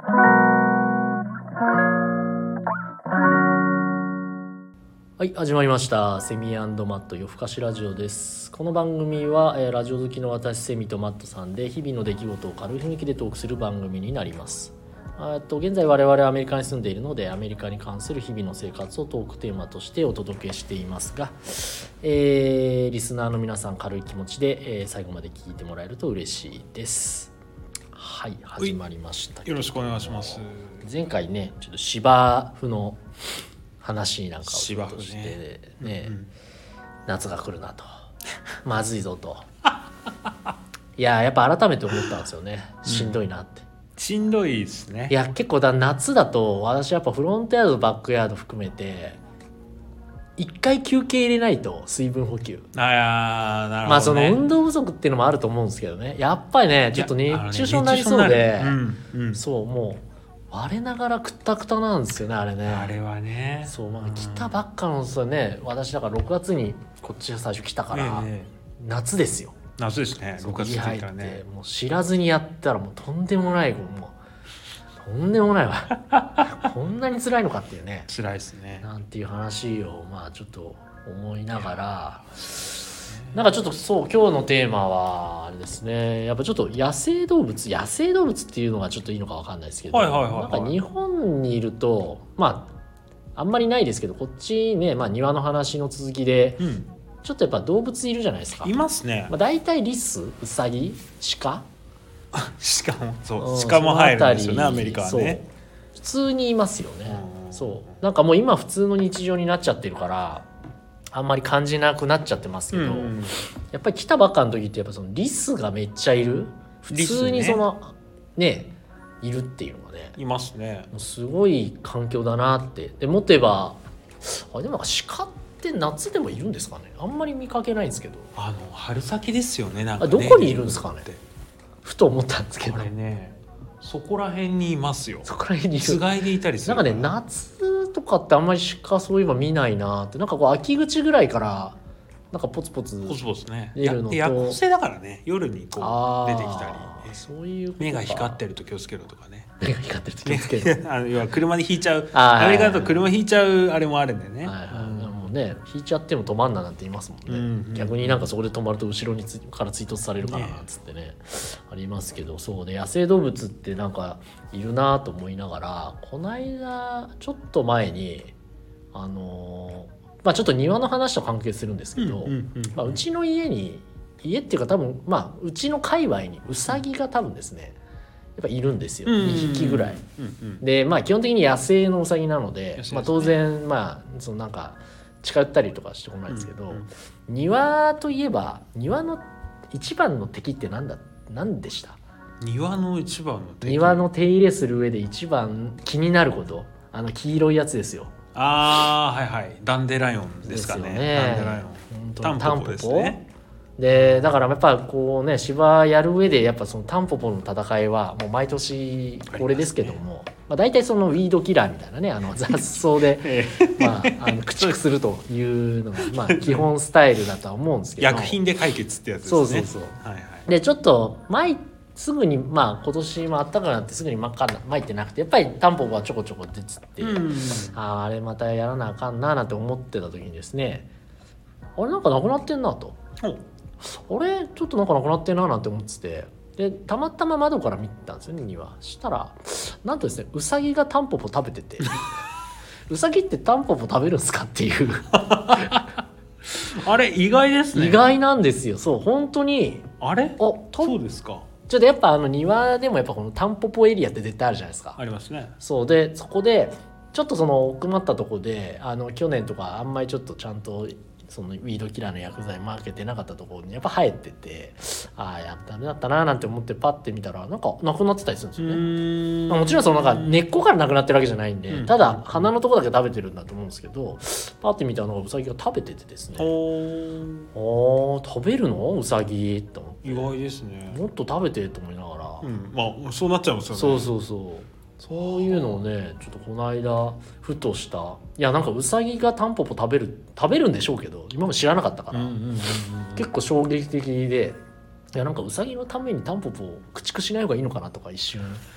はい、始まりましたセミ&マット夜更かしラジオです。この番組は、ラジオ好きの私セミとマットさんで日々の出来事を軽い雰囲気でトークする番組になります。現在我々はアメリカに住んでいるので、アメリカに関する日々の生活をトークテーマとしてお届けしていますが、リスナーの皆さん軽い気持ちで、最後まで聞いてもらえると嬉しいです。はい、始まりました。 よろしくお願いします。 前回ね、ちょっと芝生の話なんかをちょっとしてね、夏が来るなと、まずいぞといややっぱ改めて思ったんですよね。しんどいなって、 しんどいですね。 いや結構夏だと私やっぱフロントヤードバックヤード含めて一回休憩入れないと、水分補給、 なるほどね。 まあその運動不足っていうのもあると思うんですけどね、やっぱりねちょっと熱中症になりそうで、そうもう我ながらくったくたなんですよね、あれね。 あれはね。 そう、まあ、来たばっかのですよね。私だから6月にこっちが最初来たから、夏ですよ。 夏ですね。6月ってからね。 もう知らずにやったらもうとんでもない、もうとんでもないわこんなに辛いのかっていうね。 辛いですね。 なんていう話をまあちょっと思いながら、なんかちょっとそう今日のテーマはあれですね、やっぱちょっと野生動物っていうのがちょっといいのか分かんないですけど、なんか日本にいるとまああんまりないですけど、こっちね、まあ庭の話の続きで、ちょっとやっぱ動物いるじゃないですか。 いますね。 まあ、大体リス、ウサギ、鹿鹿も入るんですよね、アメリカはね。 普通にいますよね。そうなんかもう今普通の日常になっちゃってるからあんまり感じなくなっちゃってますけど、やっぱり来たばっかの時ってやっぱそのリスがめっちゃいる、普通にそのねいるっていうのがね、 いますね。 すごい環境だなって。でもっと言えばでも鹿って夏でもいるんですかね。あんまり見かけないんですけど、 春先ですよね。なんかね、 どこにいるんですかねふと思ったんですけど。 これね、そこら辺にいますよ。 そこら辺にいる。 つがいでいたりする。 なんかね、夏とかってあんまり鹿そういえば見ないなって。なんかこう秋口ぐらいからなんかポツポツね出るのと、 夜行性だからね、夜にこう出てきたり、 そういうことか。 目が光ってると気をつけろとかね。 目が光ってると気をつけろ要は車に引いちゃう、アメリカだと車引いちゃうあれもあるんだよね。 もうね、引いちゃっても止まんななんて言いますもんね。逆になんかそこで止まると後ろにから追突されるかなっつってね、ありますけど、そうね、野生動物ってなんかいるなと思いながら、この間ちょっと前にまあちょっと庭の話と関係するんですけど、うちの家っていうか多分まあうちの界隈にウサギが多分ですねやっぱいるんですよ、2匹ぐらい、でまあ基本的に野生のウサギなので、まあ、当然まあそのなんか近寄ったりとかしてこないんですけど、庭といえば庭の一番の敵って何でした？ 庭の一番の敵、 庭の手入れする上で一番気になること、黄色いやつですよ。 はいはい、ダンデライオンですかね。ダンデライオン、タンポポですね。 でだからやっぱこうね、芝やる上でやっぱそのタンポポの戦いはもう毎年これですけども、まあ、大体そのウィードキラーみたいなね、雑草で、まあ、駆逐するというのが、まあ、基本スタイルだとは思うんですけど薬品で解決ってやつですね。 そう、でちょっとすぐにまあ今年もあったかなってすぐに巻いてなくて、やっぱりタンポポはちょこちょこ出てて、あれまたやらなあかんななんて思ってた時にですね、あれなんかなくなってんなと、あれちょっとなんかなくなってんななんて思ってて、でたまたま窓から見たんですよね、庭。したらなんとですね、ウサギがタンポポ食べててウサギってタンポポ食べるんですかっていうあれ意外ですね。 意外なんですよ。そう本当にそうですか。 ちょっとやっぱ庭でもやっぱこのタンポポエリアって絶対あるじゃないですか。 ありますね。 そうでそこでちょっとその奥まったとこで去年とかあんまりちょっとちゃんとそのウィードキラーの薬剤マーケてなかったところにやっぱ生えてて、やったねだったななんて思ってパッて見たらなんかなくなってたりするんですよね。もちろんそのなんか根っこからなくなってるわけじゃないんで、ただ花のとこだけ食べてるんだと思うんですけど、パッて見たのがウサギが食べててですね、食べるのウサギって思って、 意外ですね。 もっと食べてと思いながら、 まあそうなっちゃいますよね。 そういうのをねちょっとこの間ふとした。いやなんかウサギがタンポポ食べるんでしょうけど今も知らなかったから、結構衝撃的で、いやなんかウサギのためにタンポポを駆逐しない方がいいのかなとか一瞬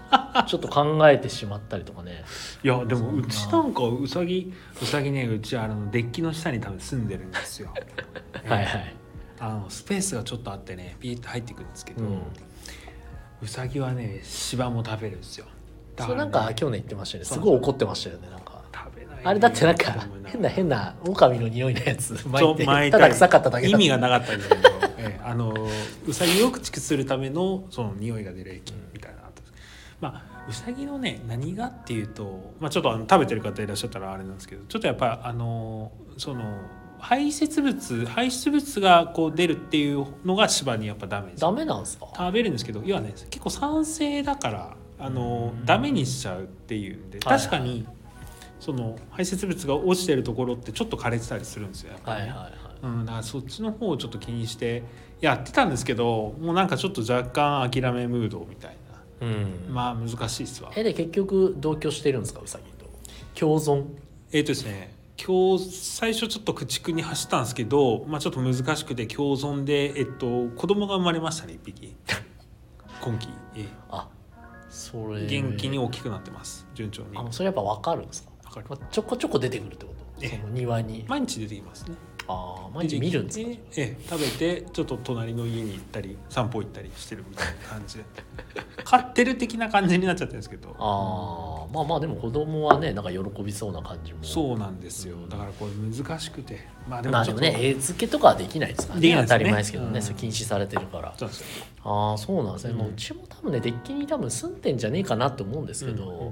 ちょっと考えてしまったりとかね。 いやでもうちなんかうさぎね、うちデッキの下に多分住んでるんですよはいはい。 スペースがちょっとあってねピーッと入ってくるんですけど、うさぎはね芝も食べるんですよ。 それなんか去年言ってましたよね。すごい怒ってましたよね。なんか食べない、 あれだってなんか変な狼の匂いのやつ巻いてただ臭かっただけ意味がなかったんですけどうさぎを駆逐するためのその匂いが出る液みたいなのあったんです。うさぎのね何がっていうと、ちょっと食べてる方いらっしゃったらあれなんですけど、ちょっとやっぱその排出物がこう出るっていうのが芝にやっぱダメなんですか。 食べるんですけど、要はね結構酸性だからダメにしちゃうっていうんで、確かにその排泄物が落ちてるところってちょっと枯れてたりするんですよやっぱり、ね。だからそっちの方をちょっと気にしてやってたんですけど、もうなんかちょっと若干諦めムードみたいな、難しいっすわ。 で結局同居してるんですか、うさぎと共存。 ですね、今日最初ちょっと駆逐に走ったんですけど、ちょっと難しくて共存で、子供が生まれましたね1匹今期。 それ元気に大きくなってます、順調に。 それやっぱ分かるんですか。ちょこちょこ出てくるってこと、その庭に毎日出てきますね。 毎日見るんですか。 食べてちょっと隣の家に行ったり散歩行ったりしてるみたいな感じで飼ってる的な感じになっちゃってるんですけど、 でも子供はねなんか喜びそうな感じも。 そうなんですよ。だからこれ難しくて、 でもね絵付けとかはできないですからね。当たり前ですけどね、それ禁止されてるから。 そうですよ。 そうなんですね。うちも多分ねデッキに多分住んでんじゃねえかなと思うんですけど、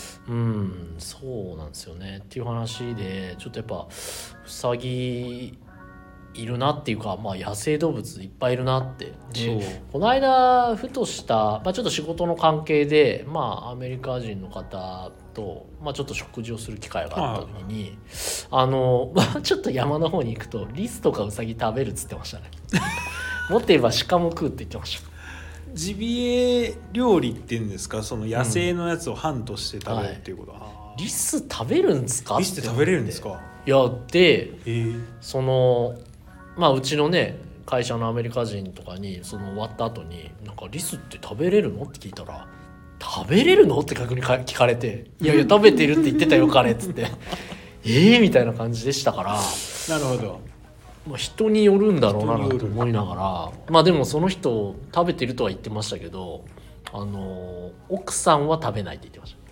そうなんですよねっていう話で、ちょっとやっぱうさぎいるなっていうか、野生動物いっぱいいるなって。でこの間ふとした、ちょっと仕事の関係で、アメリカ人の方と、ちょっと食事をする機会があった時に、ちょっと山の方に行くとリスとかウサギ食べるっつってましたねもっと言えば鹿も食うって言ってました。 ジビエ料理っていうんですか、その野生のやつをハントして食べるっていうこと、 リス食べるんですか。 リスって食べれるんですか。 いやでそのうちのね会社のアメリカ人とかにその終わった後になんかリスって食べれるのって聞いたら、食べれるのって逆に聞かれて、いや食べてるって言ってたよ彼っつってみたいな感じでしたから。 なるほど。 人によるんだろうなと思いながら、でもその人食べてるとは言ってましたけど、奥さんは食べないって言ってました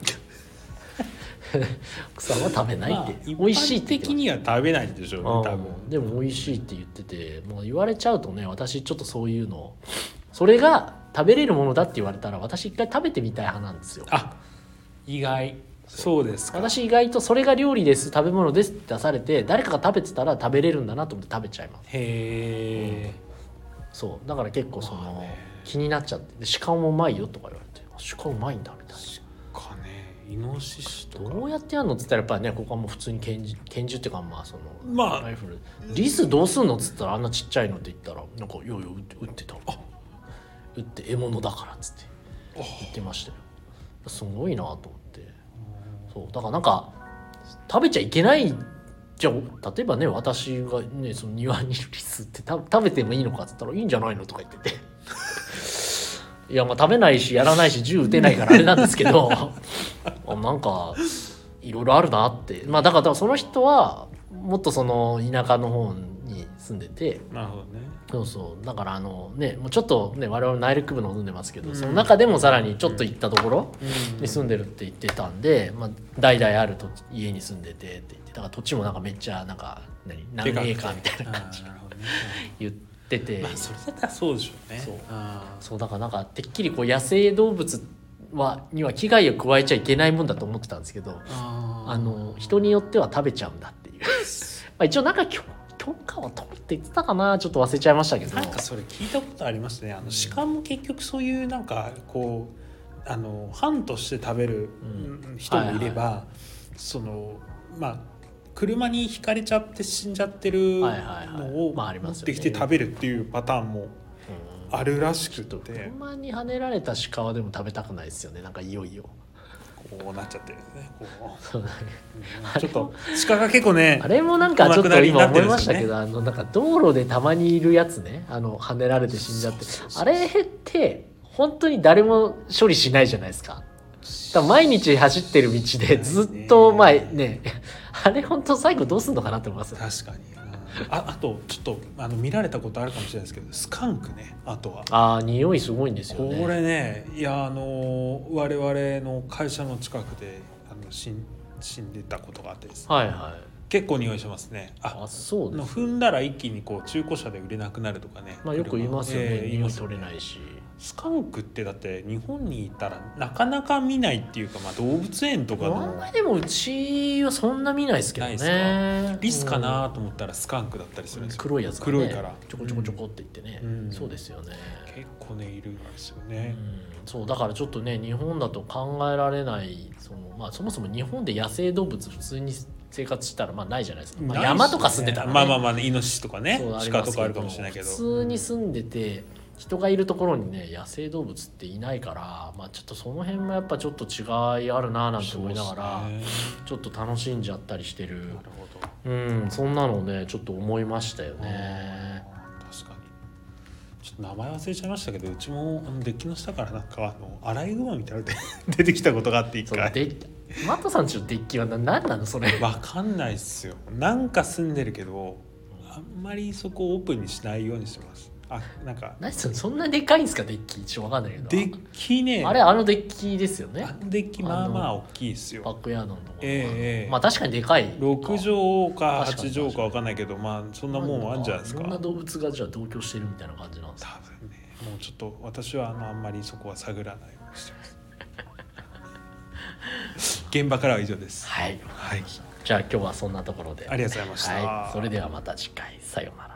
奥さんは食べないって、美味しいって言ってました。 一般的には食べないでしょうね多分。 でも美味しいって言ってて、言われちゃうとね、私ちょっとそういうの、それが食べれるものだって言われたら私一回食べてみたい派なんですよ。 意外。そうですか。 私意外とそれが料理です食べ物ですって出されて誰かが食べてたら食べれるんだなと思って食べちゃいます。そうだから結構その気になっちゃって、鹿もうまいよとか言われて、鹿うまいんだみたいな。 鹿ね、イノシシとかどうやってやるのっつったらやっぱりね、ここはもう普通に拳銃っていうかそのライフル。リスどうすんのっつったらあんなちっちゃいのって言ったらなんかいや撃ってた、撃って獲物だからっつって言ってましたよ。すごいなと思って。そうだからなんか食べちゃいけないじゃあ、例えばね私がねその庭にいるリスって食べてもいいのかっつったらいいんじゃないのとか言ってていや食べないしやらないし銃撃てないからあれなんですけどなんかいろいろあるなって。だからその人はもっとその田舎の方に住んでて、 なるほどね。 そうだからもうちょっとね我々内陸部の住んでますけど、その中でもさらにちょっと行ったところに住んでるって言ってたんで、代々ある家に住んでてって言って、だから土地もなんかめっちゃなんか何エーカーみたいな感じ言ってて、 それだったらそうでしょうね。 そうだからなんかてっきりこう野生動物には危害を加えちゃいけないもんだと思ってたんですけど、人によっては食べちゃうんだっていう一応なんか許可を取るって言ってたかな、ちょっと忘れちゃいましたけど。 なんかそれ聞いたことありますね。鹿も結局そういうなんかこうハントして食べる人もいれば、その車にひかれちゃって死んじゃってるのを持ってきて食べるっていうパターンもあるらしくて、 車にはねられた鹿はでも食べたくないですよね。なんかいよいよこうなっちゃってるね。ちょっと鹿が結構ね、 あれもなんかちょっと今思いましたけど、なんか道路でたまにいるやつね、はねられて死んじゃって、あれって本当に誰も処理しないじゃないですか。だから毎日走ってる道でずっとまあねあれ本当最後どうすんのかなって思いますよ。 確かに。あとちょっと見られたことあるかもしれないですけど、スカンクね。あとは匂いすごいんですよね。 これね、いや我々の会社の近くで死んでたことがあってですね、 はいはい、 結構匂いしますね。 そうです。 踏んだら一気にこう中古車で売れなくなるとかね、 まあ、よく言いますよね、匂い取れないし。 スカンクってだって日本にいたらなかなか見ないっていうか、まあ、動物園とかのでもうちはそんな見ないですけどね。 リスかなと思ったらスカンクだったりするんですよ。 黒いやつがね、 黒いからちょこちょこちょこって言ってね、そうですよね。 結構ねいるんですよね。 そうだからちょっとね日本だと考えられないそもそも日本で野生動物普通に生活したらまあないじゃないですか、まあ、山とか住んでたらね、 まあイノシシとかね鹿とかあるかもしれないけど、 普通に住んでて人がいるところにね野生動物っていないから、まあ、ちょっとその辺もやっぱちょっと違いあるななんて思いながら、ちょっと楽しんじゃったりしてる。 なるほど。 そんなのねちょっと思いましたよね。 確かに。ちょっと名前忘れちゃいましたけど、うちもデッキの下からなんかアライグマみたいなので出てきたことがあって一回。 マットさんちのデッキは何なのそれ。 わかんないっすよ。なんか住んでるけどあんまりそこをオープンにしないようにしてます。なんかそんなでかいんですかデッキ。一応わかんないけどデッキね、 デッキですよね。 デッキまあまあ大きいですよ。 バックヤードのところ、 まあ確かにでかい。 6畳か8畳かわかんないけど、まあそんなもんあるんじゃないですか。 いろんな動物がじゃあ同居してるみたいな感じなんですか。 多分ね、もうちょっと私はあんまりそこは探らないようにしてます現場からは以上です。 はい、じゃあ今日はそんなところでありがとうございました。 それではまた次回、さようなら。